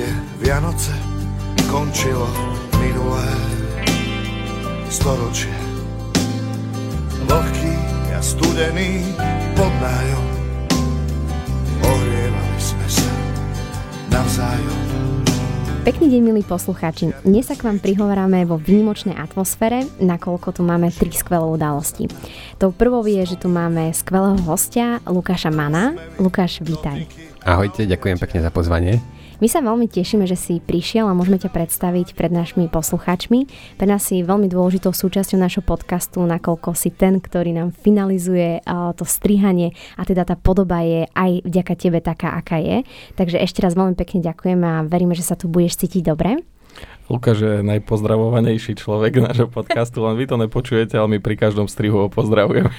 tie Vianoce končilo minulé storočie. Vlhký a studený pod nájom, ohrievali sme sa navzájom. Pekný deň, milí poslucháči. Dnes sa k vám prihovoráme vo výnimočnej atmosfére, nakoľko tu máme 3 skvelé udalosti. Tou prvou je, že tu máme skvelého hostia, Lukáša Mana. Lukáš, vítaj. Ahojte, ďakujem pekne za pozvanie. My sa veľmi tešíme, že si prišiel a môžeme ťa predstaviť pred našimi poslucháčmi. Pre nás si veľmi dôležitou súčasťou našho podcastu, nakoľko si ten, ktorý nám finalizuje to strihanie a teda tá podoba je aj vďaka tebe taká, aká je. Takže ešte raz veľmi pekne ďakujem a veríme, že sa tu budeš cítiť dobre. Lukáš je najpozdravovanejší človek nášho podcastu, len vy to nepočujete, ale my pri každom strihu ho pozdravujeme.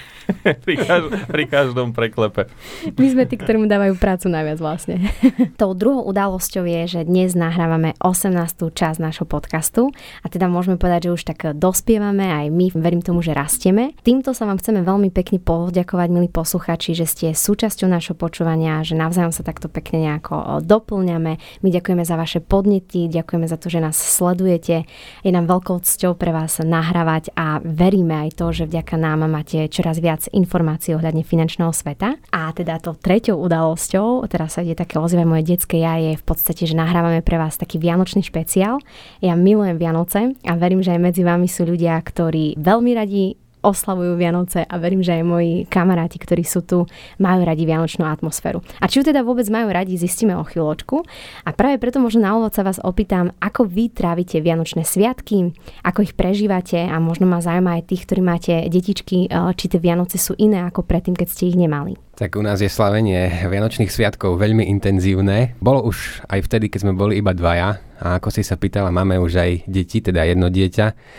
pri každom preklepe. My sme tí, ktorí mu dávajú prácu najviac vlastne. Tou druhou udalosťou je, že dnes nahrávame 18. časť nášho podcastu a teda môžeme povedať, že už tak dospievame aj my, verím tomu, že rastieme. Týmto sa vám chceme veľmi pekne poďakovať, milí posluchači, že ste súčasťou našho počúvania, že navzájom sa takto pekne nejako doplňame. My ďakujeme za vaše podnety, ďakujeme za to, že nás sledujete. Je nám veľkou cťou pre vás nahrávať a veríme aj to, že vďaka nám máte čoraz viac informácií ohľadne finančného sveta. A teda to treťou udalosťou, teraz sa ide také ozývať moje detské ja, je v podstate, že nahrávame pre vás taký vianočný špeciál. Ja milujem Vianoce a verím, že aj medzi vami sú ľudia, ktorí veľmi radi oslavujú Vianoce a verím, že aj moji kamaráti, ktorí sú tu, majú radi vianočnú atmosféru. A či ju teda vôbec majú radi, zistíme o chvíľočku. A práve preto možno na úvod sa vás opýtam, ako vy trávite vianočné sviatky, ako ich prežívate a možno ma zaujíma aj tých, ktorí máte detičky, či tie Vianoce sú iné ako predtým, keď ste ich nemali. Tak u nás je slavenie vianočných sviatkov veľmi intenzívne. Bolo už aj vtedy, keď sme boli iba dvaja a ako si sa pýtala, máme už aj deti, teda jedno dieťa.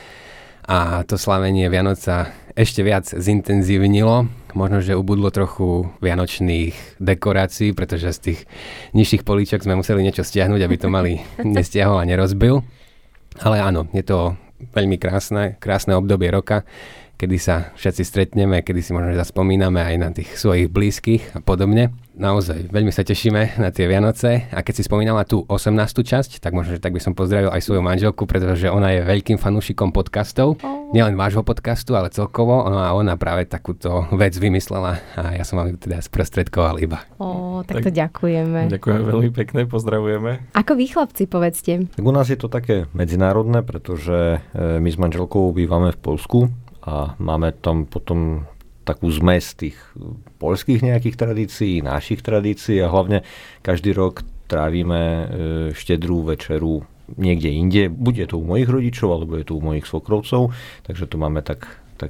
A to slavenie Vianoc sa ešte viac zintenzívnilo. Možno, že ubudlo trochu vianočných dekorácií, pretože z tých nižších políčok sme museli niečo stiahnuť, aby to mali nestiahol a nerozbil. Ale áno, je to veľmi krásne obdobie roka, kedy sa všetci stretneme, kedy si možno zaspomíname aj na tých svojich blízkych a podobne. Naozaj, veľmi sa tešíme na tie Vianoce a keď si spomínala tú 18. časť, tak možno, že tak by som pozdravil aj svoju manželku, pretože ona je veľkým fanúšikom podcastov. Nielen vášho podcastu, ale celkovo. Ona práve takúto vec vymyslela a ja som vám ju teda sprostredkoval iba. Tak to ďakujeme. Ďakujeme veľmi pekne, pozdravujeme. Ako vy, chlapci, povedzte? Tak u nás je to také medzinárodné, pretože my s manželkou bývame v Poľsku a máme tam potom takú zmes tých poľských nejakých tradícií, našich tradícií a hlavne každý rok trávime štedrú večeru niekde inde. Buď je to u mojich rodičov, alebo je to u mojich svokrovcov, takže to máme tak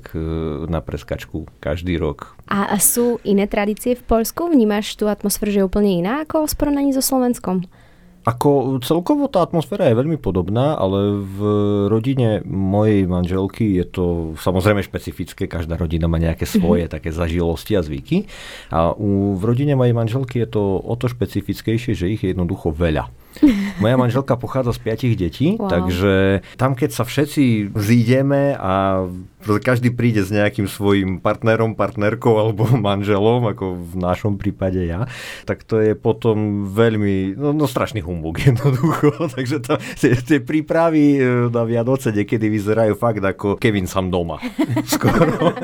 na preskačku každý rok. A sú iné tradície v Poľsku? Vnímaš tú atmosféru, že je úplne iná ako v porovnaní so Slovenskom? Ako celkovo tá atmosféra je veľmi podobná, ale v rodine mojej manželky je to samozrejme špecifické, každá rodina má nejaké svoje také zažilosti a zvyky. A v rodine mojej manželky je to o to špecifickejšie, že ich je jednoducho veľa. Moja manželka pochádza z 5 detí, takže tam keď sa všetci zídeme a každý príde s nejakým svojím partnerom, partnerkou alebo manželom, ako v našom prípade ja, tak to je potom veľmi, strašný humbug jednoducho. Takže tie prípravy na Vianoce niekedy vyzerajú fakt ako Kevin sám doma. Skoro.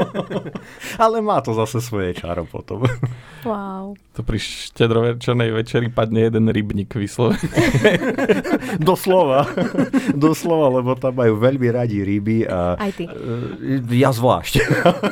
Ale má to zase svoje čaro potom. Wow. To pri štedrovečernej večeri padne jeden rybník vyslovene. Doslova, lebo tam majú veľmi radi ryby a aj ty. Ja zvlášť.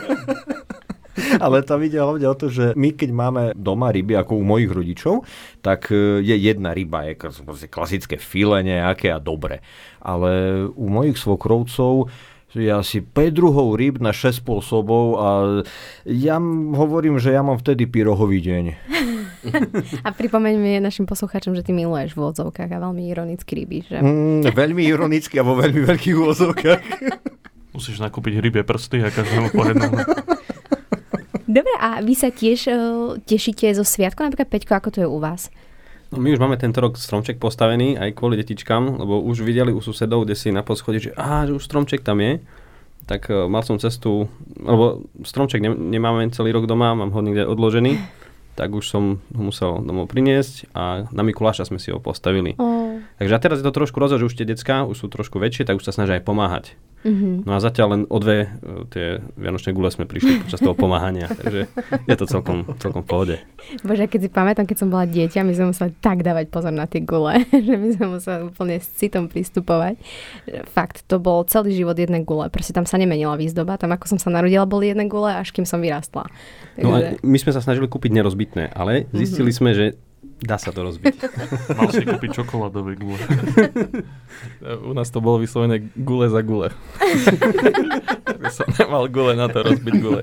Ale tam ide hlavne o to, že my keď máme doma ryby ako u mojich rodičov, tak je jedna ryba, je klasické file nejaké a dobre. Ale u mojich svokrovcov je asi 5 druhov ryb na 6 spôsobov a ja hovorím, že ja mám vtedy pyrohový deň. A pripomeňme našim poslucháčom, že ty miluješ v úvodzovkách a veľmi ironicky ryby, že? Veľmi ironicky a vo veľmi veľkých úvodzovkách. Musíš nakúpiť rybie prsty a každému po jednom. Dobre, a vy sa tiež tešíte zo sviatku, napríklad Peťko, ako to je u vás? No my už máme tento rok stromček postavený aj kvôli detičkám, lebo už videli u susedov, kde si na poschodí, že už stromček tam je. Tak mal som cestu, lebo stromček nemáme celý rok doma, mám ho niekde odložený, tak už som ho musel domov priniesť a na Mikuláša sme si ho postavili. Takže a teraz je to trošku rozdiel, že už tie decká už sú trošku väčšie, tak už sa snažia aj pomáhať. No a zatiaľ len o 2 tie vianočné gule sme prišli počas toho pomáhania, takže je to celkom v pohode. Bože, keď si pamätám, keď som bola dieťa, my sme museli tak dávať pozor na tie gule, že my sme museli úplne s citom pristupovať. Fakt, to bol celý život jedné gule, proste tam sa nemenila výzdoba, tam ako som sa narodila, boli jedné gule, až kým som vyrastla. Takže... No a my sme sa snažili kúpiť nerozbitné, ale zistili sme, že dá sa to rozbiť. Mal si kúpiť čokoládové gule. U nás to bolo vyslovené gule za gule. Som nemal gule na to rozbiť gule.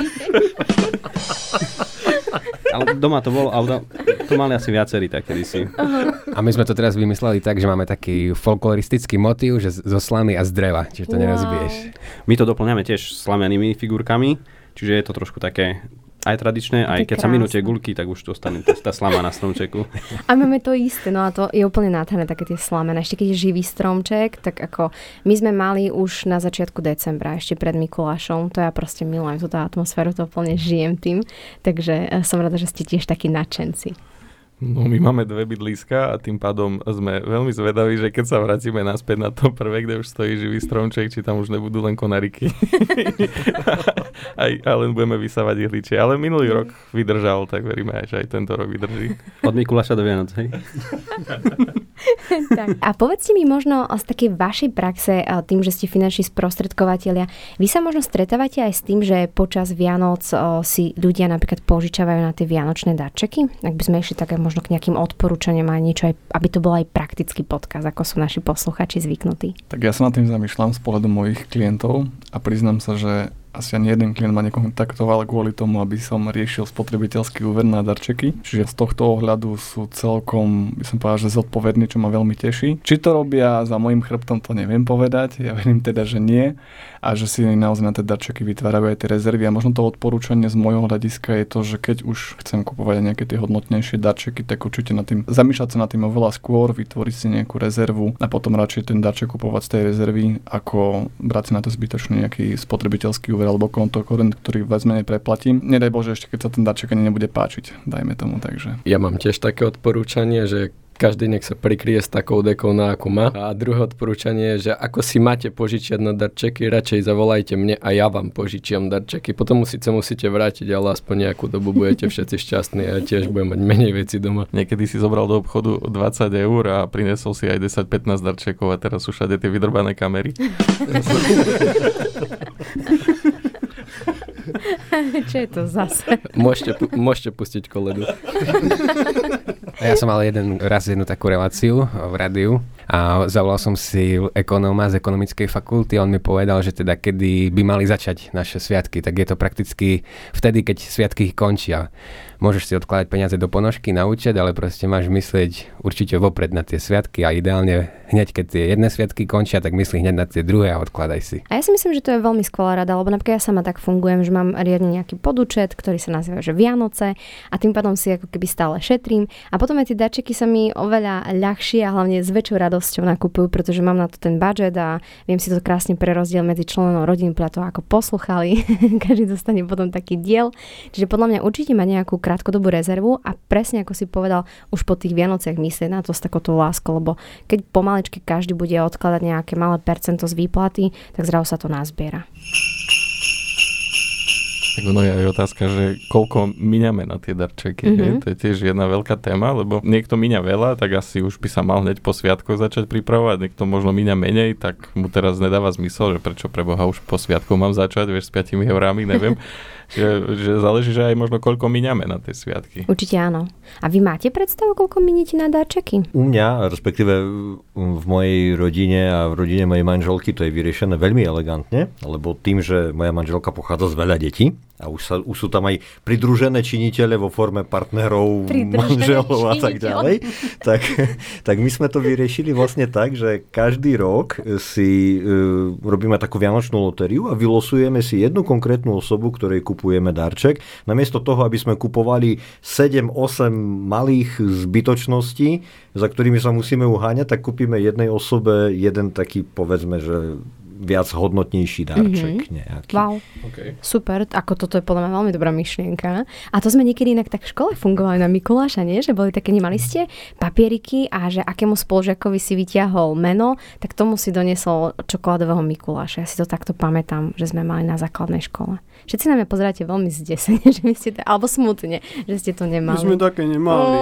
Ale doma to bolo, ale to mali asi viacerí tak kedysi. A my sme to teraz vymysleli tak, že máme taký folkloristický motív, že zo slamy a z dreva, čiže to nerozbiješ. My to doplňame tiež slamianými figurkami, čiže je to trošku také aj tradičné, aj keď sa minú tie guľky, tak už dostane tá slama na stromčeku. A máme to isté, no a to je úplne nádherné, také tie slamené. Ešte keď je živý stromček, tak ako my sme mali už na začiatku decembra, ešte pred Mikulášom, to ja proste milujem túto atmosféru, to úplne žijem tým, takže som rada, že ste tiež takí nadšenci. No my máme 2 bydliska a tým pádom sme veľmi zvedaví, že keď sa vrátime naspäť na to prvé, kde už stojí živý stromček, či tam už nebudú len konáriky. a len budeme vysávať ihličie. Ale minulý rok vydržal, tak veríme aj, že aj tento rok vydrží. Od Mikuláša do Vianoc, hej? Tak. A povedzte mi možno z takej vašej praxe, tým, že ste finanční sprostredkovatelia, vy sa možno stretávate aj s tým, že počas Vianoc si ľudia napríklad požičavajú na tie vianočné darčeky? Ak by sme išli také možno k nejakým odporúčaniam a niečo, aj, aby to bol aj praktický podcast, ako sú naši posluchači zvyknutí. Tak ja sa nad tým zamýšľam z pohľadu mojich klientov a priznám sa, že asi ani jeden klient ma nekontaktoval kvôli tomu, aby som riešil spotrebiteľský úver na darčeky. Čiže z tohto ohľadu sú celkom, by som povedal, že zodpovední, čo ma veľmi teší. Či to robia za môjim chrbtom, to neviem povedať. Ja verím teda, že nie. A že si naozaj na tie darčeky vytvárajú aj tie rezervy. A možno to odporúčanie z môjho hľadiska je to, že keď už chcem kupovať nejaké tie hodnotnejšie darčeky, tak určite nad tým, zamýšľať sa nad tým oveľa skôr, vytvoriť si nejakú rezervu a potom radšej ten darček kupovať z tej rezervy, ako brať si na to zbytočný nejaký spotrebiteľský úver alebo konto, ktorý viac menej preplatím. Nedaj Bože, ešte keď sa ten darček ani nebude páčiť, dajme tomu, takže. Ja mám tiež také odporúčanie, že každý nech sa prikrie s takou dekou, na akú má. A druhé odporúčanie je, že ako si máte požičiať na darčeky, radšej zavolajte mne a ja vám požičiam darčeky. Potom musíte vrátiť, ale aspoň nejakú dobu budete všetci šťastní a tiež budem mať menej veci doma. Niekedy si zobral do obchodu 20 eur a prinesol si aj 10-15 darčekov a teraz sú všade tie vydrbané kamery. Čo je to zase? Môžete pustiť koledu. Ja som mal raz jednu takú reláciu v rádiu a zavolal som si ekonóma z ekonomickej fakulty a on mi povedal, že teda kedy by mali začať naše sviatky, tak je to prakticky vtedy, keď sviatky končia. Môžeš si odkladať peniaze do ponožky na účet, ale proste máš myslieť určite vopred na tie sviatky a ideálne hneď, keď tie jedné sviatky končia, tak myslí hneď na tie druhé a odkladaj si. A ja si myslím, že to je veľmi skvelá rada, lebo napríklad ja sama tak fungujem, že mám riadne nejaký podúčet, ktorý sa nazýva že Vianoce a tým pádom si ako keby stále šetrím a potom aj tie darčeky sa mi oveľa ľahšie a hlavne s väčšou radosťou nakupujú, pretože mám na to ten budget a viem si to krásne prerozdieľ medzi členov rodiny podľa toho, ako poslúchali. Každý dostane potom taký diel. Čiže podľa mňa určite mať nejakú krátkodobú rezervu a presne ako si povedal, už po tých Vianociach myslieť na to s takouto láskou, lebo keď pomaličky každý bude odkladať nejaké malé percento z výplaty, tak zrazu sa to nazbiera. Tak ono je aj otázka, že koľko míňame na tie darčeky. To je tiež jedna veľká téma, lebo niekto míňa veľa, tak asi už by sa mal hneď po sviatkoch začať pripravovať. Niekto možno míňa menej, tak mu teraz nedáva zmysel, že prečo pre Boha už po sviatkoch mám začať, vieš, s 5 eurami, neviem. že záleží, že aj možno koľko míňame na tie sviatky. Určite áno. A vy máte predstavu, koľko míňate na darčeky? U mňa, respektíve v mojej rodine a v rodine mojej manželky to je vyriešené veľmi elegantne, lebo tým, že moja manželka pochádza z veľa detí a už sú tam aj pridružené činiteľe vo forme partnerov, manželov a tak ďalej, tak my sme to vyriešili vlastne tak, že každý rok si robíme takú vianočnú lotériu a vylosujeme si jednu konkrétnu osobu, ktorej kupujeme darček. Namiesto toho, aby sme kupovali 7-8 malých zbytočností, za ktorými sa musíme uháňať, tak kúpime jednej osobe jeden taký, povedzme, že viac hodnotnejší darček nejaký. Wow, super, ako toto je podľa mňa veľmi dobrá myšlienka. A to sme niekedy inak tak v škole fungovali na Mikuláša, nie? Že boli také, nemali ste papieriky a že akému spolužiakovi si vyťahol meno, tak tomu si doniesol čokoládového Mikuláša. Ja si to takto pamätám, že sme mali na základnej škole. Všetci na mňa pozeráte veľmi zdesene, že vy ste to, alebo smutne, že ste to nemali. My sme také nemali.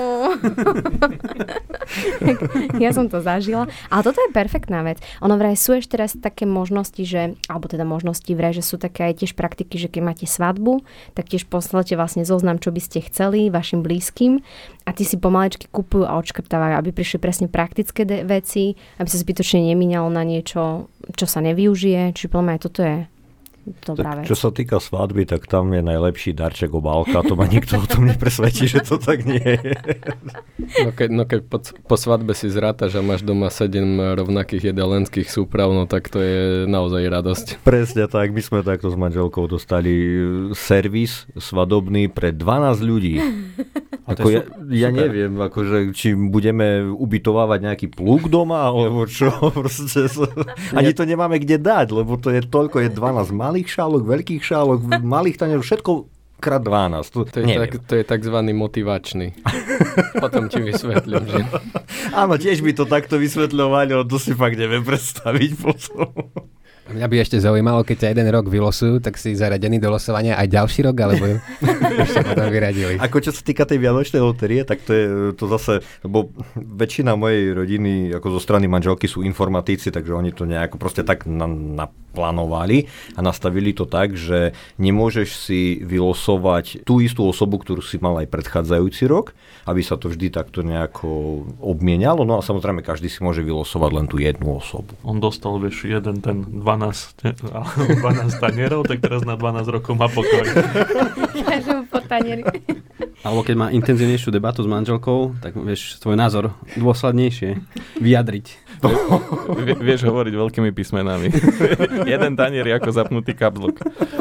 Ja som to zažila. Ale toto je perfektná vec. Ono vraj sú ešte raz také možnosti, že, alebo teda možnosti vraj, že sú také aj tiež praktiky, že keď máte svadbu, tak tiež pošlete vlastne zoznam, čo by ste chceli vašim blízkym a tí si pomalečky kupujú a odškrtávajú, aby prišli presne praktické veci, aby sa zbytočne nemíňalo na niečo, čo sa nevyužije. Čiže podľa mňa toto je dobrá vec. Čo sa týka svadby, tak tam je najlepší darček obálka. To ma nikto o tom nepresvedčí, že to tak nie je. No keď po svadbe si zrátaš a máš doma 7 rovnakých jedalenských súprav, no tak to je naozaj radosť. Presne tak. My sme takto s manželkou dostali servis svadobný pre 12 ľudí. Ako ja neviem, akože, či budeme ubytovávať nejaký plúk doma, alebo čo. Proste, ani to nemáme kde dať, lebo to je toľko, je 12 malých šálok, veľkých šálok, malých tanierov, všetko krát 12. To je takzvaný motivačný. Potom ti vysvetlím, že... Áno, tiež by to takto vysvetľovali, ale to si fakt neviem predstaviť potom. Mňa by ešte zaujímalo, keď ťa jeden rok vylosujú, tak si zaradený do losovania aj ďalší rok, alebo ešte potom vyradili. Ako čo sa týka tej vianočnej lotérie, tak to je to zase, lebo väčšina mojej rodiny, ako zo strany manželky, sú informatíci, takže oni to nejako proste tak naplánovali a nastavili to tak, že nemôžeš si vylosovať tú istú osobu, ktorú si mal aj predchádzajúci rok, aby sa to vždy takto nejako obmienialo. No a samozrejme, každý si môže vylosovať len tú jednu osobu. On dostal, vieš, jeden ten 12 tanierov, tak teraz na 12 rokov má pokoj. Každému po tanieri. Alebo keď má intenzívnejšiu debatu s manželkou, tak vieš svoj názor dôslednejšie vyjadriť. Vieš hovoriť veľkými písmenami. Jeden tanier je ako zapnutý kapslok.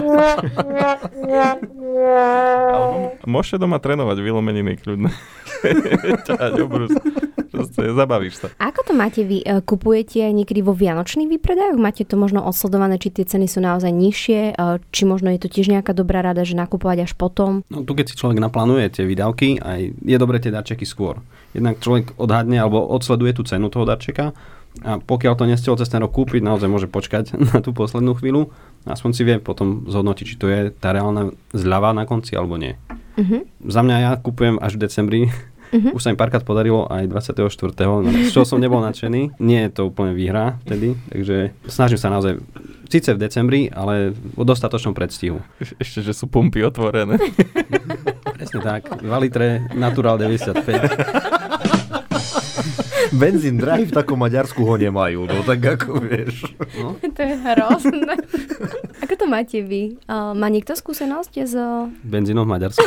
Môžete doma trénovať vylomeniny kľudne. Zabavíš sa. Ako to máte vy? Kupujete niekedy vo vianočných výpredajoch? Máte to možno odsledované, či tie ceny sú naozaj nižšie? Či možno je to tiež nejaká dobrá rada, že nakupovať až potom? No tu keď si človek naplánuje tie výdavky, aj je dobre tie darčeky skôr. Jednak človek odhadne alebo odsleduje tú cenu toho darčeka a pokiaľ to nestihol cez ten rok kúpiť, naozaj môže počkať na tú poslednú chvíľu. Aspoň si vie potom zhodnotiť, či to je tá reálna zľava na konci alebo nie. Za mňa ja kupujem až v decembri. Už sa mi párkrát podarilo aj 24. Z čoho som nebol nadšený. Nie je to úplne výhra vtedy, takže snažím sa naozaj síce v decembri, ale o dostatočnom predstihu. Ešte, že sú pumpy otvorené. Presne tak. 2 litre Natural 95. Benzín drahý, v takom Maďarsku ho nemajú, no tak ako vieš. No? To je hrozné. Ako to máte vy? Má niekto skúsenosť s... benzínom v Maďarsku?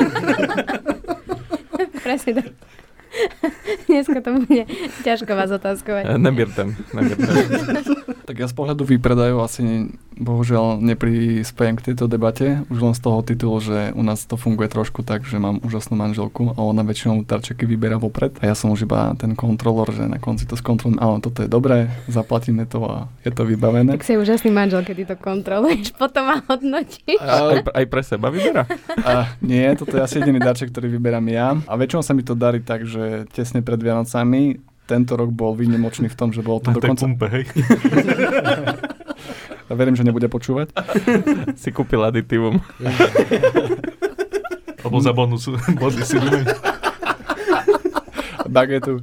Presne tak. Dneska to bude ťažko vás otázkovať. Nebier tam. Tak ja z pohľadu výpredajov asi bohužiaľ neprispiejem k tejto debate, už len z toho titulu, že u nás to funguje trošku tak, že mám úžasnú manželku a ona väčšinou darčeky vyberá vopred a ja som už iba ten kontrolór, že na konci to skontrolujem, áno, toto je dobré, zaplatíme to a je to vybavené. Tak si úžasný manžel, keď ty to kontroluješ, potom ma hodnotíš. Aj pre seba vyberá? Nie, toto je asi jediný darček, ktorý vyberám ja a väčšinou sa mi to darí tak, že tesne pred Vianocami tento rok bol výnimočný v tom, že bolo to dokonca... Pumpe, hej. Ja verím, že nebude počúvať. Si kúpil aditívum. Alebo za bonus body si vymeň. Bagetu.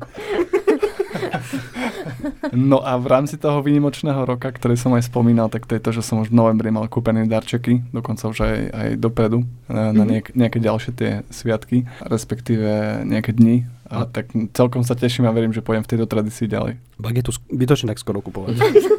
No a v rámci toho výnimočného roka, ktorý som aj spomínal, tak to je to, že som už v novembri mal kúpené darčeky, dokonca už aj dopredu, na nejaké ďalšie tie sviatky, respektíve nejaké dni. A tak celkom sa teším a verím, že pôjdem v tejto tradícii ďalej. Bagetu bytočne tak skoro kupovať.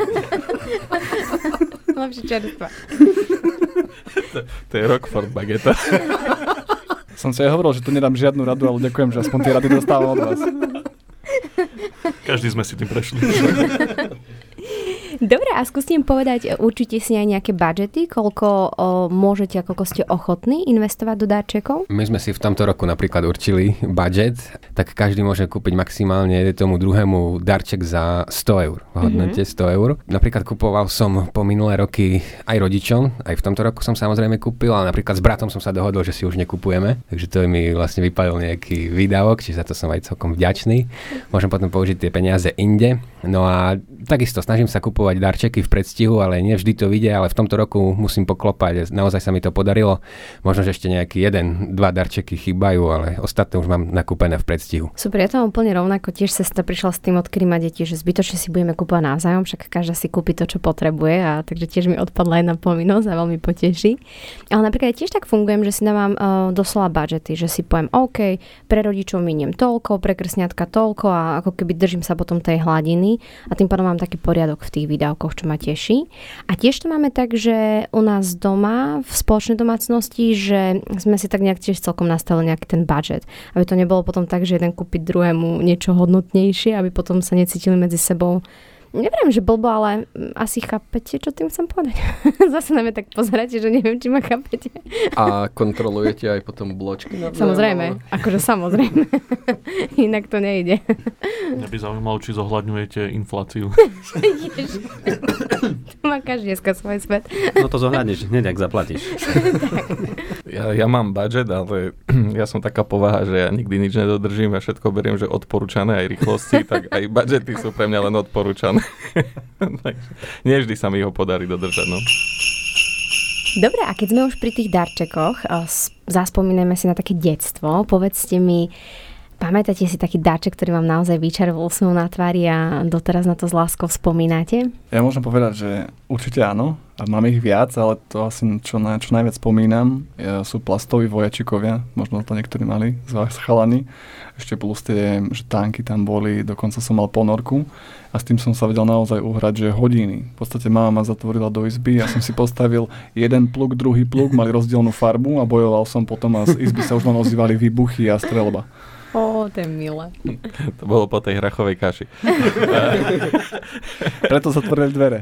Lepšie čerstva. To je Rockford bageta. Som si aj hovoril, že tu nedám žiadnu radu, ale ďakujem, že aspoň tie rady dostávam od vás. Každý sme si tým prešli. Dobre, a skúste im povedať, určite si aj nejaké budžety, koľko môžete a koľko ste ochotní investovať do darčekov? My sme si v tomto roku napríklad určili budget, tak každý môže kúpiť maximálne tomu druhému darček za 100 eur, v hodnote 100 eur. Napríklad kupoval som po minulé roky aj rodičom, aj v tomto roku som samozrejme kúpil, ale napríklad s bratom som sa dohodol, že si už nekupujeme, takže to mi vlastne vypadol nejaký výdavok, čiže za to som aj celkom vďačný. Môžem potom použiť tie peniaze inde. No a takisto snažím sa kupovať darčeky v predstihu, ale nie vždy to vyjde, ale v tomto roku musím poklopať. Naozaj sa mi to podarilo. Možno, že ešte nejaký 1-2 darčeky chýbajú, ale ostatné už mám nakúpené v predstihu. Super, ja to mám úplne rovnako. Tiež sestra prišla s tým, odkedy má deti, že zbytočne si budeme kúpovať navzájom, však každá si kúpi to, čo potrebuje, a takže tiež mi odpadla jedna povinnosť a veľmi poteší. Ale napríklad tiež tak fungujem, že si dávam doslova budžety, že si poviem, OK, pre rodičov miniem toľko, pre krsniatka toľko a ako keby držím sa potom tej hladiny a tým pádom mám taký poriadok v tých výdavkoch, čo ma teší. A tiež to máme tak, že u nás doma v spoločnej domácnosti, že sme si tak nejak tiež celkom nastavili nejaký ten budget, aby to nebolo potom tak, že jeden kúpiť druhému niečo hodnotnejšie, aby potom sa necítili medzi sebou. Neviem, že blbo, ale asi chápete, čo tým chcem povedať. Zase na mňa tak pozeráte, že neviem, či ma chápete. A kontrolujete aj potom bločky? Samozrejme, akože samozrejme. Inak to nejde. Mňa by zaujímalo, či zohľadňujete infláciu. Tu má každý dneska svoj svet. No to zohľadníš hneď, ak zaplatíš. Ja mám budget, ale ja som taká povaha, že ja nikdy nič nedodržím a všetko beriem, že odporúčané aj rýchlosti, tak aj budžety sú pre mňa len odporúčané. Nie vždy sa mi ho podarí dodržať. No. Dobre, a keď sme už pri tých darčekoch, zaspomínajme si na také detstvo. Povedzte mi, pamätáte si taký darček, ktorý vám naozaj vyčaroval úsmev na tvári a doteraz na to s láskou spomínate? Ja môžem povedať, že určite áno. A mám ich viac, ale to asi čo najviac spomínam sú plastoví vojačikovia. Možno to niektorí mali z vás chalani. Ešte plus tie štánky tam boli, dokonca som mal ponorku a s tým som sa vedel naozaj uhrať, že hodiny. V podstate mama ma zatvorila do izby, ja som si postavil jeden pluk, druhý pluk, mali rozdielnú farbu a bojoval som potom a z izby sa už len ozývali výbuchy a strelba. Ó, to je milé. To bolo po tej hrachovej kaši. Preto zatvorili dvere.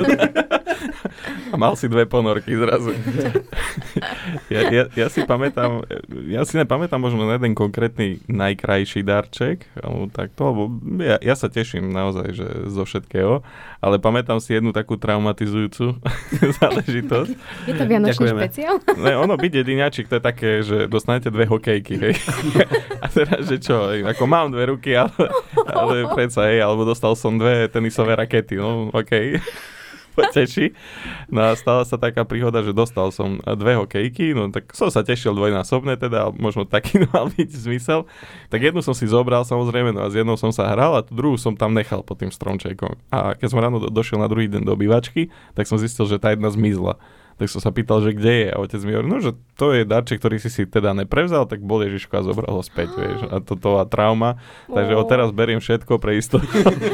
A mal si 2 ponorky zrazu. Ja si pamätám, nepamätám možno jeden konkrétny najkrajší darček, alebo takto, lebo ja sa teším naozaj, že zo všetkého, ale pamätám si jednu takú traumatizujúcu záležitosať. Je to vianočný špeciál? Ne, ono byť jedinačik, to je také, že dostanete 2 hokejky, hej. A teraz, že čo, ako mám 2 ruky, ale predsa, hej, alebo dostal som 2 tenisové rakety, no okej. Poteší. No a stala sa taká príhoda, že dostal som 2 hokejky, no tak som sa tešil dvojnásobne teda, možno taký mal byť zmysel. Tak jednu som si zobral samozrejme, no a s jednou som sa hral a tú druhú som tam nechal pod tým stromčekom. A keď som ráno došiel na druhý deň do obývačky, tak som zistil, že tá jedna zmizla. Tak som sa pýtal, že kde je, a otec mi hovorí, no, že to je darček, ktorý si teda neprevzal, tak bol Ježiško a zobral ho späť, vieš. A toto bola trauma, takže odteraz beriem všetko pre istotu.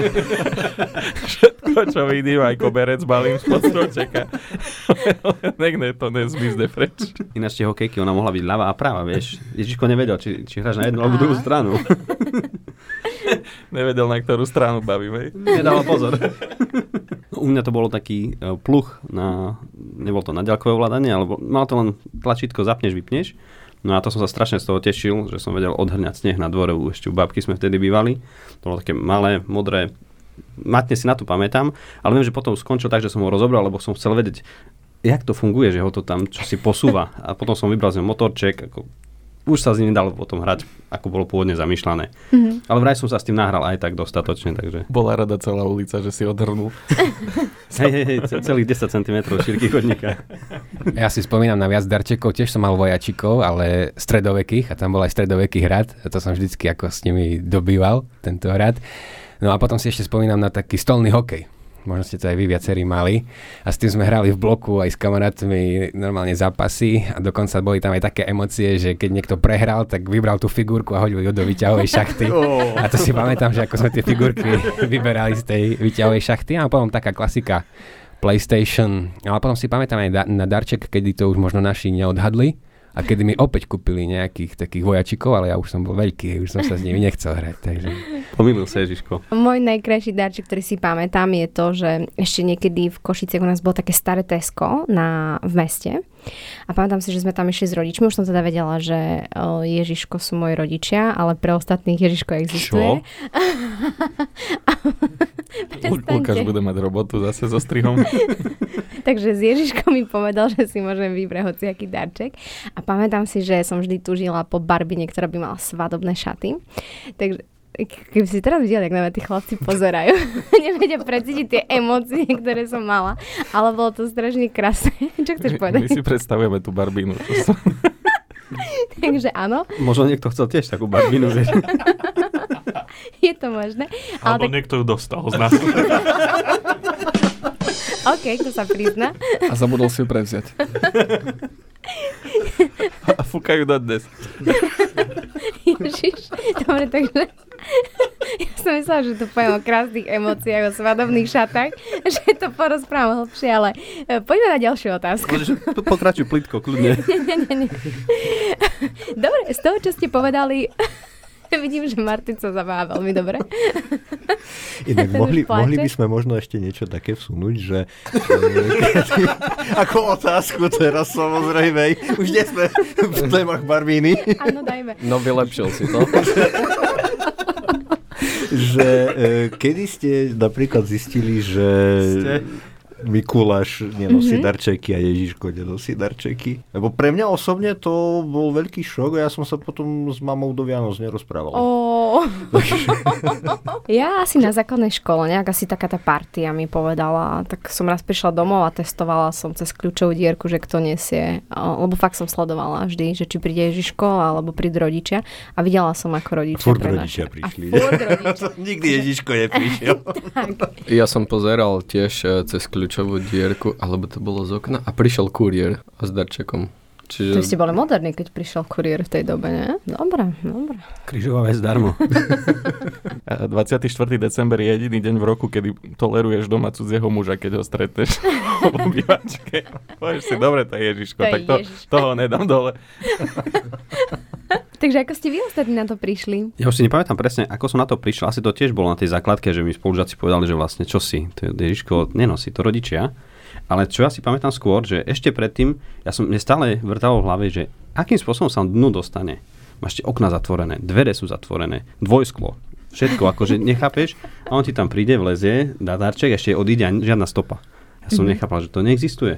Všetko, čo vidím, aj koberec balím spod stromčeka. Nech to nezmizne preč. Ináč tie hokejky, ona mohla byť ľavá a práva, vieš. Ježiško nevedel, či hráš na jednu alebo druhú stranu. Nevedel, na ktorú stranu bavím, hej. Nedával pozor. U mňa to bolo taký pluch nebol to na ďalkové ovládanie, alebo mal to len tlačítko zapneš, vypneš. No a to som sa strašne z toho tešil, že som vedel odhrňať sneh na dvore, ešte u babky sme vtedy bývali. To bolo také malé, modré, matne si na to pamätám, ale viem, že potom skončil tak, že som ho rozobral, lebo som chcel vedieť, jak to funguje, že ho to tam čo si posúva. A potom som vybral z neho motorček, už sa s ním dalo potom hrať, ako bolo pôvodne zamýšľané. Mm-hmm. Ale vraj som sa s tým nahral aj tak dostatočne, takže... Bola rada celá ulica, že si odhrnul. Hej, celých 10 cm šírky chodníka. Ja si spomínam na viac darčekov, tiež som mal vojačikov, ale stredovekých, a tam bol aj stredoveký hrad, a to som vždycky ako s nimi dobýval, tento hrad. No a potom si ešte spomínam na taký stolný hokej. Možno ste to aj vy viacerí mali. A s tým sme hrali v bloku aj s kamarátmi normálne zápasy a dokonca boli tam aj také emócie, že keď niekto prehral, tak vybral tú figurku a hodil ju do výťahovej šachty. A to si pamätám, že ako sme tie figurky vyberali z tej výťahovej šachty. A potom taká klasika PlayStation. Ale potom si pamätám aj na darček, kedy to už možno naši neodhadli. A kedy mi opäť kúpili nejakých takých vojačikov, ale ja už som bol veľký, už som sa s nimi nechcel hrať. Takže... Pomýlil sa Ježiško. Môj najkrajší darček, ktorý si pamätám, je to, že ešte niekedy v Košiciach u nás bolo také staré Tesco v meste. A pamätám si, že sme tam išli s rodičmi. Už som teda vedela, že Ježiško sú moji rodičia, ale pre ostatných Ježiško existuje. Čo? Lukáš bude mať robotu zase so strihom. Takže s Ježiškom mi povedal, že si môžem vybrať hociaký darček. A pamätám si, že som vždy túžila po barbine, ktorá by mala svadobné šaty. Takže keby si teraz videli, jak na mňa tí chlapci pozerajú, nevedia precítiť tie emócie, ktoré som mala. Ale bolo to strašne krásne. Čo chceš povedať? My si predstavujeme tú barbínu. Takže áno. Možno niekto chcel tiež takú barbínu. Je to možné. Alebo niekto ju dostal z nás. OK, to sa prizná. A zabudol si ju prevziať. A fúkajú dodnes. Ježiš, dobre, takže ja som myslela, že tu poviem o krásnych emóciách, o svadobných šatách, že to porozprávam hlbšie, ale poďme na ďalšiu otázku. Pokračuj plitko, kľudne. Nie. Dobre, z toho, čo ste povedali, vidím, že Martin sa zabáva veľmi dobre. Inak mohli by sme možno ešte niečo také vsunúť, že ako otázku teraz samozrejme, už nie sme v témach barbíny. Áno, dajme. No vylepšil si to. Že kedy ste napríklad zistili, že Mikuláš nenosí darčeky a Ježiško nenosí darčeky? Lebo pre mňa osobne to bol veľký šok a ja som sa potom s mamou do Vianoc nerozprával. Ja asi na základnej škole, nejak asi taká tá partia mi povedala, tak som raz prišla domov a testovala som cez kľúčovú dierku, že kto nesie, lebo fakt som sledovala vždy, že či príde Ježiško alebo prídu rodičia a videla som, ako rodičia furt rodičia prišli. Nikdy Ježiško neprišiel. Ja som pozeral tiež cez kľúčovú dierku, alebo to bolo z okna a prišiel kuriér s darčekom. Čiže... To ste boli moderní, keď prišiel kuriér v tej dobe, nie? Dobre. Krížová vec darmo. 24. december je jediný deň v roku, kedy toleruješ doma cudzieho muža, keď ho stretneš v obývačke. Povieš si, dobre, to je Ježiško, tak toho nedám dole. Takže ako ste vy ostatní na to prišli? Ja už si nepamätám presne, ako som na to prišiel. Asi to tiež bolo na tej základke, že mi spolužiaci povedali, že vlastne čo si, to Ježiško nenosí, to rodičia. Ale čo ja si pamätám skôr, že ešte predtým, mne stále vrtalo v hlave, že akým spôsobom sa dnu dostane. Máš tie okná zatvorené, dvere sú zatvorené, dvojsklo, všetko, akože nechápeš a on ti tam príde, vlezie, dá darček, ešte odíde a žiadna stopa. Ja som nechápal, že to neexistuje.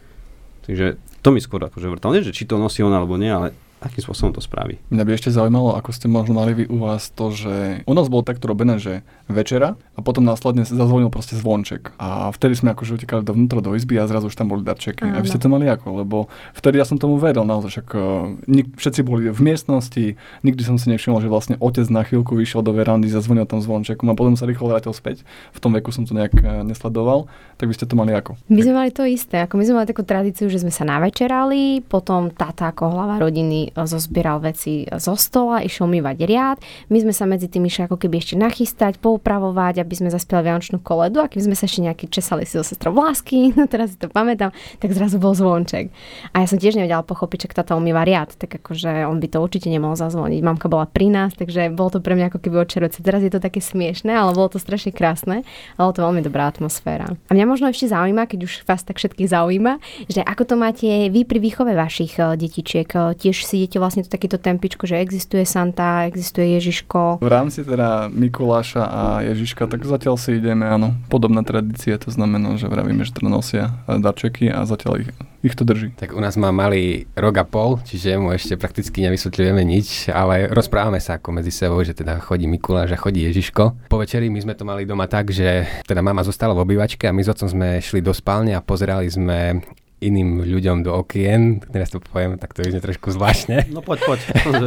Takže to mi skôr akože vrtalo, nie že či to nosí on alebo nie, ale akým spôsobom to spraví. Mňa by ešte zaujímalo, ako ste možno mali vy u vás to, že u nás bolo takto robené, že večera a potom následne zazvonil proste zvonček. A vtedy sme akože utekali dovnútra do izby a zrazu už tam boli darčeky. A vy ste to mali ako? Lebo vtedy ja som tomu vedel naozaj, však všetci boli v miestnosti, nikdy som si nevšimol, že vlastne otec na chvíľku vyšiel do verandy, zazvonil tam zvončekom a potom sa rýchlo vrátil späť. V tom veku som to nejak nesledoval. Tak by ste to mali ako? My sme mali to isté. Ako my sme mali takú tradíciu, že sme sa navečerali, potom táta ako hlava rodiny zozbieral veci zo stola, išiel umývať riad. My sme sa medzi tým išli ako keby ešte nachystať, poupravovať, aby sme zaspievali vianočnú koledu, a kým sme sa ešte nejaký česali si so sestrou vlásky, no teraz si to pamätám, tak zrazu bol zvonček. A ja som tiež nevedela pochopiť, že táta umýva riad, tak akože on by to určite nemohol zazvoniť. Mamka bola pri nás, takže bolo to pre mňa ako keby očarujúce. Teraz je to také smiešné, ale bolo to strašne krásne. Bolo to veľmi dobrá atmosféra. A mňa možno ešte zaujíma, keď už vás tak všetkých zaujíma, že ako to máte vy pri výchove vašich detičiek. Tiež si idete vlastne to takéto tempičko, že existuje Santa, existuje Ježiško. V rámci teda Mikuláša a Ježiška, tak zatiaľ si ideme, áno, podobná tradícia, to znamená, že vravíme, že teda nosia darčeky a zatiaľ ich to drží. Tak u nás má malý rok a pol, čiže mu ešte prakticky nevysvetľujeme nič, ale rozprávame sa ako medzi sebou, že teda chodí Mikuláš a chodí Ježiško. Po večeri my sme to mali doma tak, že teda mama zostala v obývačke a my s otcom sme šli do spálne a pozerali sme iným ľuďom do okien. Teraz to poviem, tak to je trošku zvláštne. No poď.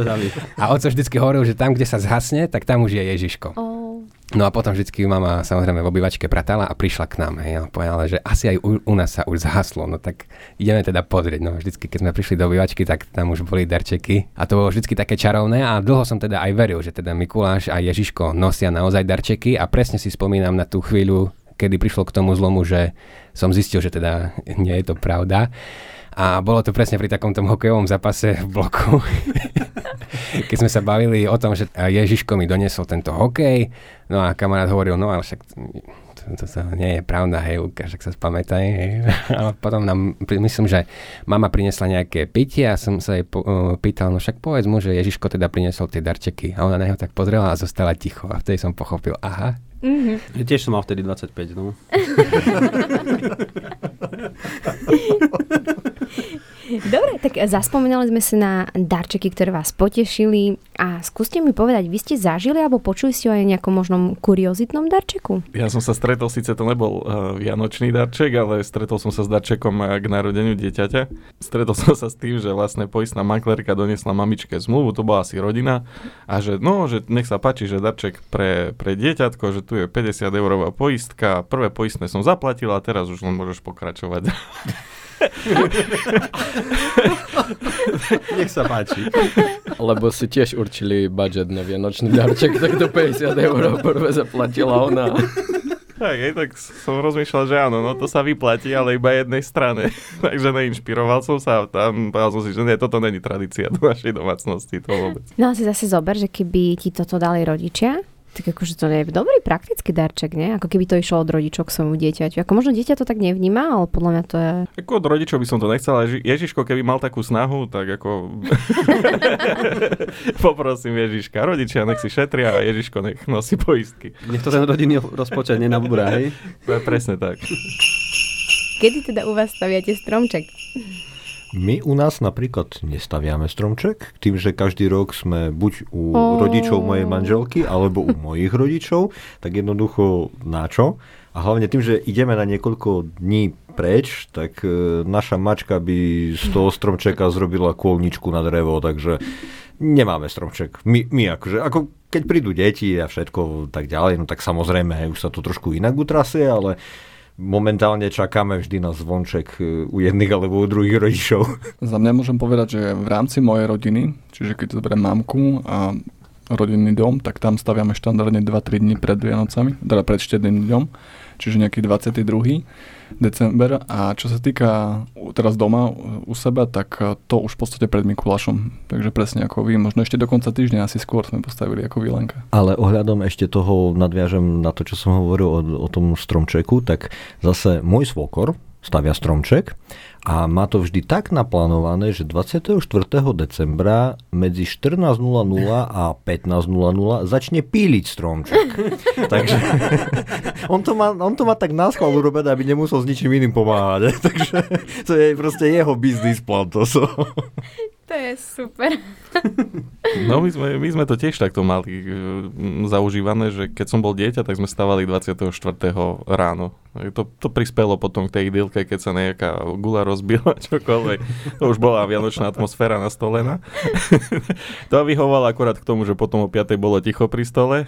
A oco vždycky hovoril, že tam, kde sa zhasne, tak tam už je Ježiško. No a potom vždycky mama samozrejme v obývačke pratala a prišla k nám. Hej, a povedala, že asi aj u nás sa už zhaslo. No tak ideme teda pozrieť. No vždycky, keď sme prišli do obývačky, tak tam už boli darčeky. A to bolo vždycky také čarovné a dlho som teda aj veril, že teda Mikuláš a Ježiško nosia naozaj darčeky a presne si spomínam na tú chvíľu, kedy prišlo k tomu zlomu, že som zistil, že teda nie je to pravda. A bolo to presne pri takomto hokejovom zápase v bloku. Keď sme sa bavili o tom, že Ježiško mi doniesol tento hokej, no a kamarát hovoril, no ale však to nie je pravda, hej, Lukáš, tak sa spamätaj, hej. Ale potom nám, myslím, že mama priniesla nejaké pitie a som sa jej pýtal, no však povedz mu, že Ježiško teda priniesol tie darčeky. A ona na neho tak pozrela a zostala ticho. A vtedy som pochopil, aha. Mm-hmm. Tiež som mal vtedy 25, no. Dobre, tak zaspomínali sme si na darčeky, ktoré vás potešili a skúste mi povedať, vy ste zažili alebo počuli ste o aj nejakom možnom kuriozitnom darčeku? Ja som sa stretol, síce to nebol vianočný darček, ale stretol som sa s darčekom k narodeniu dieťaťa. Stretol som sa s tým, že vlastne poistná maklérka doniesla mamičke zmluvu, to bola asi rodina, a že nech sa páči, že darček pre dieťatko, že tu je 50 eurová poistka, prvé poistné som zaplatil a teraz už len môžeš pokračovať. Nech sa páči. Lebo si tiež určili budget na vianočný darček, tak to 50 eur prvé zaplatila ona. Tak som rozmýšľal, že áno, no to sa vyplatí, ale iba jednej strane. Takže neinšpiroval som sa tam, povedal som si, že nie, toto není tradícia do našej domácnosti, to vôbec. No a si zase zober, že keby ti toto dali rodičia, tak akože to je dobrý praktický darček, nie? Ako keby to išlo od rodičov k svojmu dieťaťu. Ako možno dieťa to tak nevníma, ale podľa mňa to je... Ako od rodičov by som to nechcel, ale Ježiško, keby mal takú snahu, tak ako... Poprosím Ježiška, rodičia nech si šetria a Ježiško nech nosí poistky. Nech to ten rodinný rozpočet nenabúra, hej? Presne tak. Kedy teda u vás staviate stromček? My u nás napríklad nestaviame stromček, tým, že každý rok sme buď u rodičov mojej manželky, alebo u mojich rodičov, tak jednoducho načo. A hlavne tým, že ideme na niekoľko dní preč, tak naša mačka by z toho stromčeka zrobila kôlničku na drevo, takže nemáme stromček. My akože, ako keď prídu deti a všetko tak ďalej, no tak samozrejme, už sa to trošku inak utrasie, ale momentálne čakáme vždy na zvonček u jedných alebo u druhých rodičov. Za mňa môžem povedať, že v rámci mojej rodiny, čiže keď zoberiem mamku a rodinný dom, tak tam staviame štandardne 2-3 dní pred Vianocami, teda pred štedrým dňom, čiže nejaký 22. december. A čo sa týka teraz doma u seba, tak to už v podstate pred Mikulášom. Takže presne ako vy, možno ešte do konca týždňa asi skôr sme postavili ako Vilenka. Ale ohľadom ešte toho nadviažem na to, čo som hovoril o tom stromčeku, tak zase môj svokor stavia stromček a má to vždy tak naplánované, že 24. decembra medzi 14.00 a 15.00 začne píliť stromček. Takže on to má tak na schvál urobené, aby nemusel s ničím iným pomáhať. Takže to je proste jeho biznis plán. To je super. No my sme to tiež takto mali zaužívané, že keď som bol dieťa, tak sme stavali 24. ráno. To prispelo potom k tej idylke, keď sa nejaká gula rozbila, čokoľvek. To už bola vianočná atmosféra nastolená. To vyhovalo akorát k tomu, že potom o 5. bolo ticho pri stole.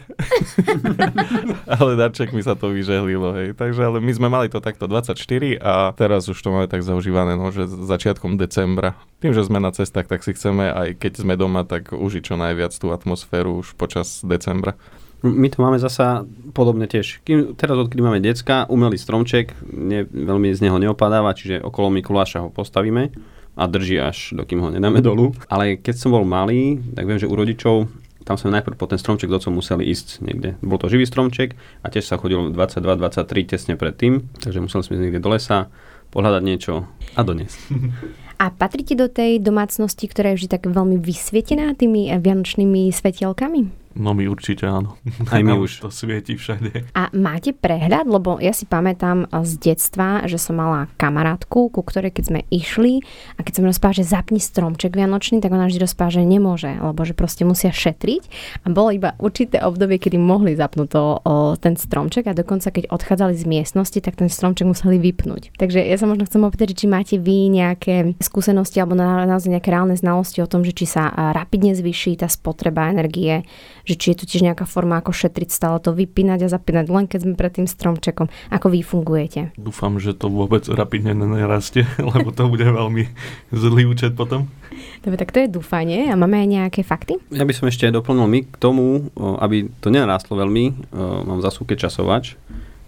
Ale darčekmi sa to vyžehlilo. Hej. Takže ale my sme mali to takto 24 a teraz už to máme tak zaužívané, no, že začiatkom decembra. Tým, že sme na cestách, tak si chceme, aj keď sme doma, tak užiť čo najviac tú atmosféru už počas decembra. My to máme zasa podobne tiež. Teraz, odkedy máme decka, umelý stromček, veľmi z neho neopadáva, čiže okolo Mikuláša ho postavíme a drží až dokým ho nedáme dolu. Ale keď som bol malý, tak viem, že u rodičov tam sme najprv po ten stromček s otcom museli ísť niekde. Bol to živý stromček a tiež sa chodilo 22-23 tesne predtým, takže museli sme ísť niekde do lesa, pohľadať niečo a doniesť. A patríte do tej domácnosti, ktorá je vždy tak veľmi vysvietená tými vianočnými svetielkami? No my určite áno. Aj my už. To svieti všade. A máte prehľad? Lebo ja si pamätám z detstva, že som mala kamarátku, ku ktorej keď sme išli a keď som rozpávala, že zapni stromček vianočný, tak ona vždy rozpávala, že nemôže, lebo že proste musia šetriť. A bolo iba určité obdobie, kedy mohli zapnúť ten stromček a dokonca keď odchádzali z miestnosti, tak ten stromček museli vypnúť. Takže ja sa možno chcem opýtať, či máte vy nejaké skúsenosti alebo naozaj nejaké reálne znalosti o tom, že či sa rapidne zvýši tá spotreba energie, že či je tu tiež nejaká forma, ako šetriť, stále to vypínať a zapínať, len keď sme pred tým stromčekom. Ako vy fungujete? Dúfam, že to vôbec rapidne nerastie, lebo to bude veľmi zlý účet potom. Dobre, tak to je dúfanie. A máme aj nejaké fakty? Ja by som ešte doplnil my k tomu, aby to nenarastlo veľmi, mám v zásuvke časovač.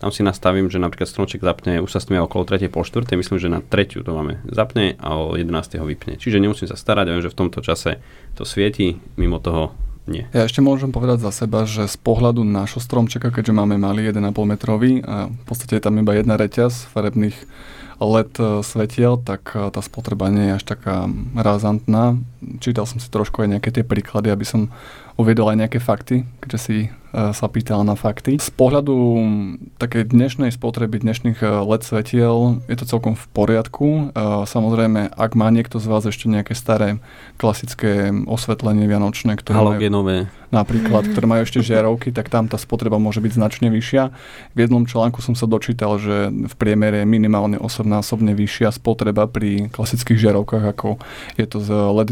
tam si nastavím, že napríklad stromček zapne, už sa stmie okolo 3:00 po 4:00, myslím, že na 3:00 to máme zapne a o 11:00 ho vypne. Čiže nemusím sa starať, viem, že v tomto čase to svieti, mimo toho nie. Ja ešte môžem povedať za seba, že z pohľadu nášho stromčeka, keďže máme malý 1,5 metrový a v podstate je tam iba jedna reťaz farebných LED svetiel, tak tá spotreba nie je až taká razantná. Čítal som si trošku aj nejaké tie príklady, aby som uviedol aj nejaké fakty, keďže si sa pýtal na fakty. Z pohľadu takej dnešnej spotreby, dnešných LED svetiel je to celkom v poriadku. Samozrejme, ak má niekto z vás ešte nejaké staré klasické osvetlenie vianočné, ktoré halogénové napríklad, ktoré majú ešte žiarovky, tak tam tá spotreba môže byť značne vyššia. V jednom článku som sa dočítal, že v priemere je minimálne 8-násobne vyššia spotreba pri klasických žiarovkách, ako je to s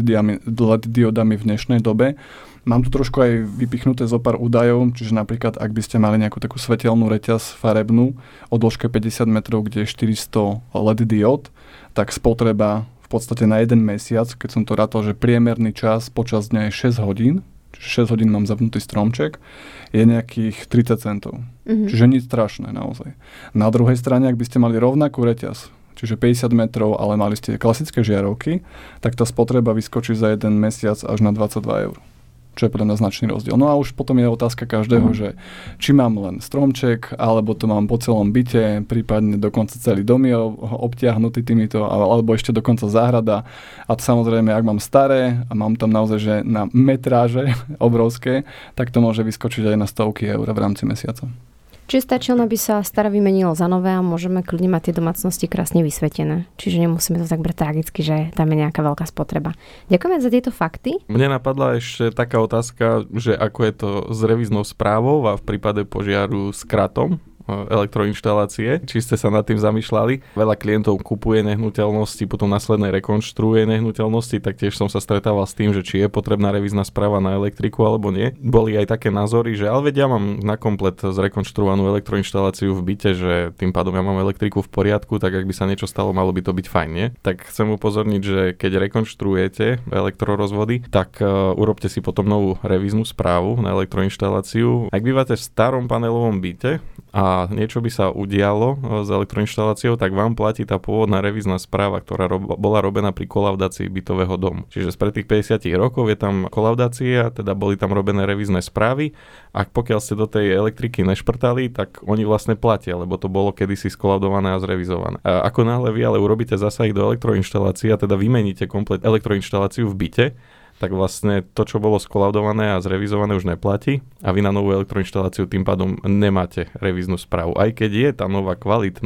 LED diodami v dnešnej dobe. Mám tu trošku aj vypichnuté zo pár údajov, čiže napríklad, ak by ste mali nejakú takú svetelnú reťaz farebnú o dĺžke 50 metrov, kde je 400 LED diod, tak spotreba v podstate na jeden mesiac, keď som to rátal, že priemerný čas počas dňa je 6 hodín, čiže 6 hodín mám zapnutý stromček, je nejakých 30 centov. Čiže nič strašné naozaj. Na druhej strane, ak by ste mali rovnakú reťaz, čiže 50 metrov, ale mali ste klasické žiarovky, tak tá spotreba vyskočí za jeden mesiac až na 22 €. Čo je pre mňa značný rozdiel. No a už potom je otázka každého, že či mám len stromček, alebo to mám po celom byte, prípadne dokonca celý dom je obtiahnutý týmito, alebo ešte dokonca záhrada. A to samozrejme, ak mám staré a mám tam naozaj, že na metráže obrovské, tak to môže vyskočiť aj na stovky eur v rámci mesiaca. Čiže stačí len, aby sa staré vymenilo za nové a môžeme kľudne mať tie domácnosti krásne vysvetené. Čiže nemusíme to tak brať tragicky, že tam je nejaká veľká spotreba. Ďakujeme za tieto fakty. Mne napadla ešte taká otázka, že ako je to s revíznou správou a v prípade požiaru s kratom elektroinštalácie. Či ste sa nad tým zamýšľali? Veľa klientov kupuje nehnuteľnosti, potom následne rekonštruuje nehnuteľnosti, tak tiež som sa stretával s tým, že či je potrebná revízna správa na elektriku alebo nie. Boli aj také názory, že ale veď ja mám na komplet zrekonštruovanú elektroinštaláciu v byte, že tým pádom ja mám elektriku v poriadku, tak ak by sa niečo stalo, malo by to byť fajn, nie? Tak chcem upozorniť, že keď rekonštruujete elektrorozvody, tak urobte si potom novú revíznu správu na elektroinštaláciu. Ak bývate v starom panelovom byte a niečo by sa udialo s elektroinštaláciou, tak vám platí tá pôvodná revízna správa, ktorá bola robená pri kolaudácii bytového domu. Čiže spred tých 50 rokov je tam kolaudácia, teda boli tam robené revízne správy a pokiaľ ste do tej elektriky nešprtali, tak oni vlastne platia, lebo to bolo kedysi skolaudované a zrevizované. A ako náhle vy ale urobíte zásah do elektroinštalácie a teda vymeníte komplet elektroinštaláciu v byte, tak vlastne to, čo bolo skolaudované a zrevizované, už neplatí a vy na novú elektroinštaláciu tým pádom nemáte revíznu správu. Aj keď je tá nová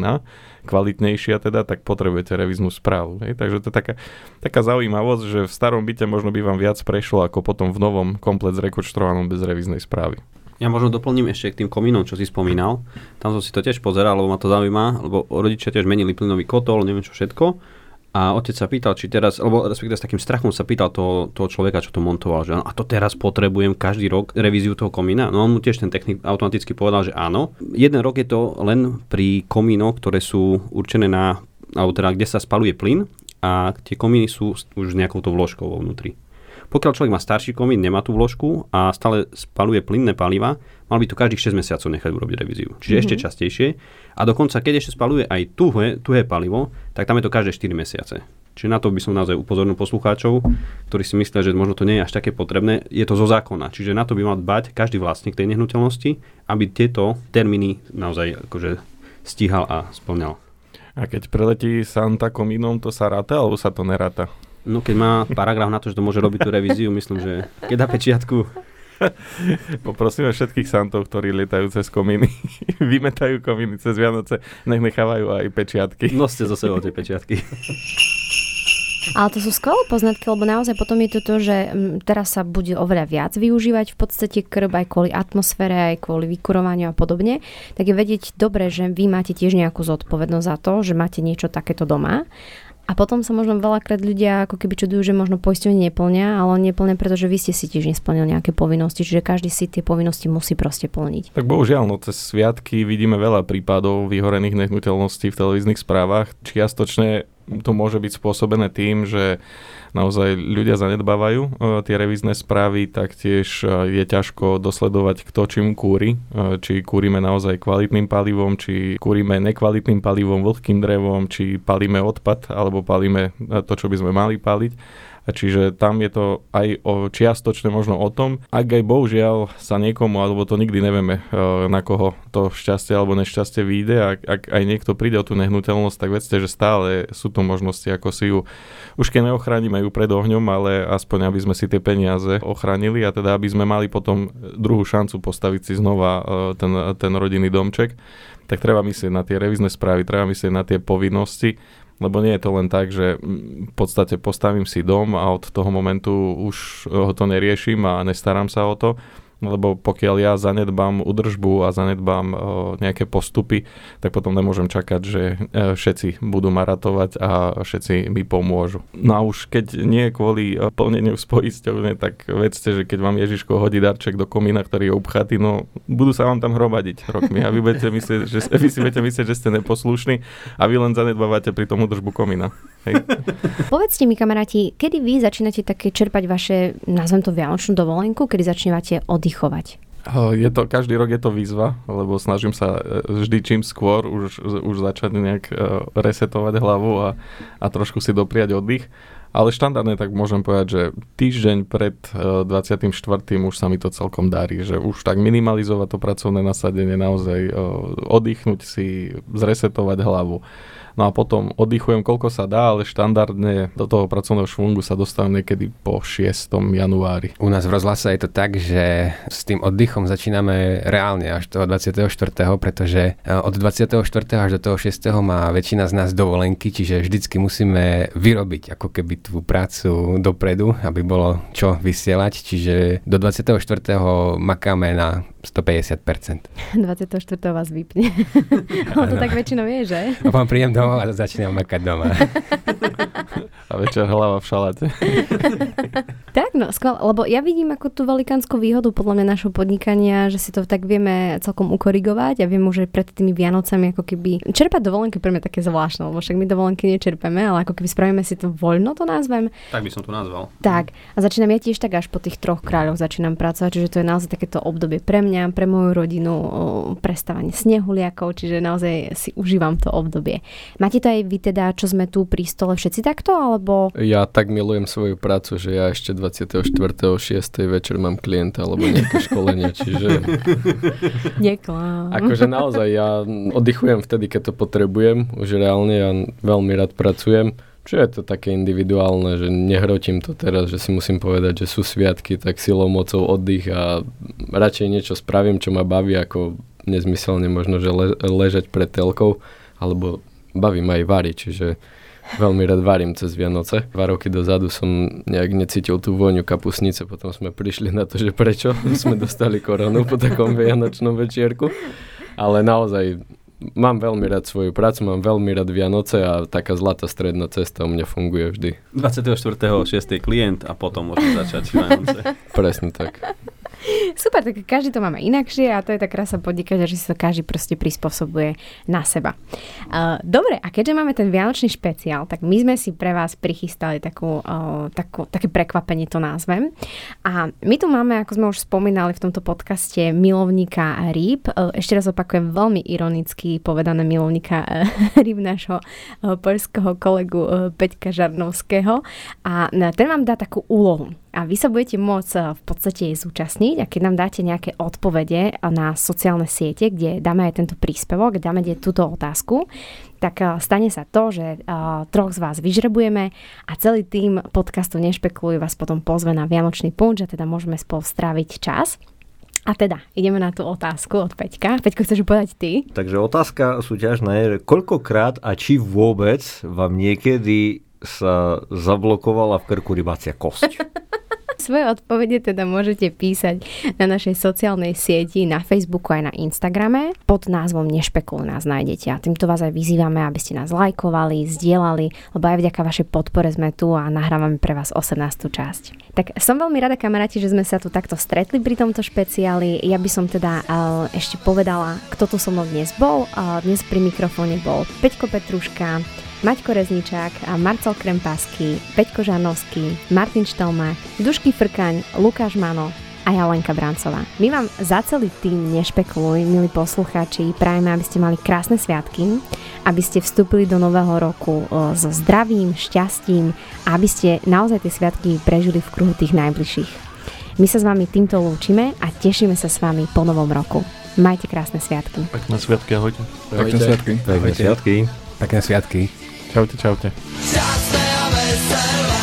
kvalitnejšia teda, tak potrebujete revíznu správu. Takže to je taká zaujímavosť, že v starom byte možno by vám viac prešlo ako potom v novom komplet zrekonštruovanom bez revíznej správy. Ja možno doplním ešte k tým komínom, čo si spomínal. Tam som si to tiež pozeral, lebo ma to zaujíma, lebo rodičia tiež menili plynový kotol, neviem čo všetko. A otec sa pýtal, či teraz, alebo respektíve s takým strachom sa pýtal toho človeka, čo to montoval, že a to teraz potrebujem každý rok revíziu toho komína. No on mu tiež ten technik automaticky povedal, že áno. Jeden rok je to len pri komínoch, ktoré sú určené na, alebo teda kde sa spaluje plyn a tie komíny sú už s nejakou tou vložkou vo vnútri. Pokiaľ človek má starší komín, nemá tú vložku a stále spaluje plynné paliva, mal by to každých 6 mesiacov nechať urobiť revíziu. Čiže ešte častejšie. A dokonca, keď ešte spaluje aj tuhé palivo, tak tam je to každé 4 mesiace. Čiže na to by som naozaj upozornil poslucháčov, ktorí si myslia, že možno to nie je až také potrebné. Je to zo zákona. Čiže na to by mal dbať každý vlastník tej nehnuteľnosti, aby tieto termíny naozaj akože stíhal a spĺňal. A keď preletí Santa komínom, to sa ráta, alebo sa to neráta? No keď má paragraf na to, že to môže robiť tú revíziu, myslím, že keď dá pečiatku. Poprosíme všetkých Santov, ktorí lietajú cez komíny, vymetajú komíny cez Vianoce, nech nechávajú aj pečiatky. Noste zo sebou tie pečiatky. Ale to sú skvelé poznatky, lebo naozaj potom je to, že teraz sa bude oveľa viac využívať v podstate krb aj kvôli atmosfére, aj kvôli vykurovaniu a podobne. Tak je vedieť dobre, že vy máte tiež nejakú zodpovednosť za to, že máte niečo takéto doma. A potom sa možno veľakrát ľudia ako keby čudujú, že možno poisťovne neplnia, ale neplnia, pretože vy ste si tiež nesplnili nejaké povinnosti, čiže každý si tie povinnosti musí proste plniť. Tak bohužiaľ, no cez sviatky vidíme veľa prípadov vyhorených nehnuteľností v televíznych správach. Čiastočne to môže byť spôsobené tým, že naozaj ľudia zanedbávajú tie revízne správy, taktiež je ťažko dosledovať, kto čím kúri. Či kúrime naozaj kvalitným palivom, či kúrime nekvalitným palivom, vlhkým drevom, či palíme odpad, alebo palíme to, čo by sme mali paliť. Čiže tam je to aj čiastočne možno o tom, ak aj bohužiaľ sa niekomu, alebo to nikdy nevieme, na koho to šťastie alebo nešťastie vyjde, ak aj niekto príde o tú nehnuteľnosť, tak vedzte, že stále sú tu možnosti, ako si ju, už keď neochránime ju pred ohňom, ale aspoň aby sme si tie peniaze ochránili a teda aby sme mali potom druhú šancu postaviť si znova ten rodinný domček, tak treba myslieť na tie revízne správy, treba myslieť na tie povinnosti, lebo nie je to len tak, že v podstate postavím si dom a od toho momentu už ho to neriešim a nestaram sa o to, lebo pokiaľ ja zanedbám údržbu a zanedbám nejaké postupy, tak potom nemôžem čakať, že všetci budú ma ratovať a všetci mi pomôžu. No a už keď nie kvôli plneniu z poisťovne, tak vedzte, že keď vám Ježiško hodí darček do komína, ktorý je upchatý, no budú sa vám tam hromadiť rokmi a vy si budete myslieť, že ste neposlušní a vy len zanedbávate pri tom údržbu komína. Hej. Povedzte mi, kamaráti, kedy vy začínate také čerpať vaše, nazvem to vianočnú dovolenku, kedy začínate oddychovať? Každý rok je to výzva, lebo snažím sa vždy čím skôr už začať nejak resetovať hlavu a trošku si dopriať oddych. Ale štandardne tak môžem povedať, že týždeň pred 24. už sa mi to celkom darí, že už tak minimalizovať to pracovné nasadenie, naozaj oddychnúť si, zresetovať hlavu. No a potom oddychujem koľko sa dá, ale štandardne do toho pracovného švungu sa dostávam niekedy po 6. januári. U nás v rozhlase je to tak, že s tým oddychom začíname reálne až toho 24., pretože od 24. až do toho 6. má väčšina z nás dovolenky, čiže vždycky musíme vyrobiť ako keby tú prácu dopredu, aby bolo čo vysielať, čiže do 24. makáme na 150%. 24. vás vypne. Ale to tak väčšinou je, že? A vám príjem domov a začínam makať doma. A večer hlava v šaláte. Tak, no, skvelé, lebo ja vidím ako tú velikánsku výhodu podľa mňa našho podnikania, že si to tak vieme celkom ukorigovať a viem už pred tými Vianocami ako keby čerpať dovolenky pre mňa také zvláštne, lebo však my dovolenky nečerpeme, ale ako keby spravíme si to voľno, to nazvem. Tak by som to nazval. Tak, a začínam ja tiež tak až po tých 3 kráľoch začínam pracovať, čiže to je naozaj takéto obdobie pre mňa, pre moju rodinu, prestávanie snehuliakov, čiže naozaj si užívam to obdobie. Máte to aj vy teda, čo sme tu pri stole všetci takto, alebo? Ja tak milujem svoju prácu, že ja ešte 24.6. večer mám klienta alebo nejaké školenie, čiže Neklám. Akože naozaj ja oddychujem vtedy, keď to potrebujem, už reálne ja veľmi rád pracujem. Čo je to také individuálne, že nehrotím to teraz, že si musím povedať, že sú sviatky, tak silou mocou oddych a radšej niečo spravím, čo ma baví, ako nezmyselne možno, že ležať pred telkou, alebo baví ma aj variť, čiže veľmi rád varím cez Vianoce. 2 roky dozadu som nejak necítil tú vôňu kapusnice, potom sme prišli na to, že prečo sme dostali koronu po takom vianočnom večierku, ale naozaj mám veľmi rád svoju prácu, mám veľmi rád Vianoce a taká zlatá stredná cesta u mňa funguje vždy. 24.6. klient a potom môžem začať Vianoce. Presne tak. Super, tak každý to máme inakšie a to je tá krása podnikať, že si to každý proste prispôsobuje na seba. Dobre, a keďže máme ten vianočný špeciál, tak my sme si pre vás prichystali také prekvapenie, to názvem. A my tu máme, ako sme už spomínali v tomto podcaste, milovníka rýb. Ešte raz opakujem, veľmi ironicky povedané milovníka rýb nášho poľského kolegu Peťka Žarnovského. A ten vám dá takú úlohu. A vy sa budete môcť v podstate zúčastniť a keď nám dáte nejaké odpovede na sociálne siete, kde dáme aj tento príspevok, dáme túto otázku, tak stane sa to, že 3 z vás vyžrebujeme a celý tým podcastu Nešpekuluj vás potom pozve na Vianočný punč a teda môžeme spolu stráviť čas. A teda, ideme na tú otázku od Peťka. Peťko, chceš povedať ty? Takže otázka súťažná je, koľkokrát a či vôbec vám niekedy sa zablokovala v krku rybacia kosť? Svoje odpovede teda môžete písať na našej sociálnej sieti, na Facebooku aj na Instagrame. Pod názvom Nešpekuluj nás nájdete a týmto vás aj vyzývame, aby ste nás lajkovali, zdieľali, lebo aj vďaka vašej podpore sme tu a nahrávame pre vás 18. časť. Tak som veľmi rada, kamaráti, že sme sa tu takto stretli pri tomto špeciáli. Ja by som teda ešte povedala, kto tu so mnou dnes bol. Dnes pri mikrofóne bol Peťko Petruška, Maťko Rezničák, Marcel Krempásky, Peťko Žarnovský, Martin Štelmák, Dušky Frkaň, Lukáš Mano a ja Lenka Brancová. My vám za celý tým Nešpekuluj, milí poslucháči, prajeme, aby ste mali krásne sviatky, aby ste vstúpili do nového roku so zdravím, šťastím a aby ste naozaj tie sviatky prežili v kruhu tých najbližších. My sa s vami týmto lúčime a tešíme sa s vami po novom roku. Majte krásne sviatky. Pekné sviatky, ahojte. Pekné sviatky. Pekné sviatky. Pekné sviatky. Čaute, čaute. Šťastné a veselé.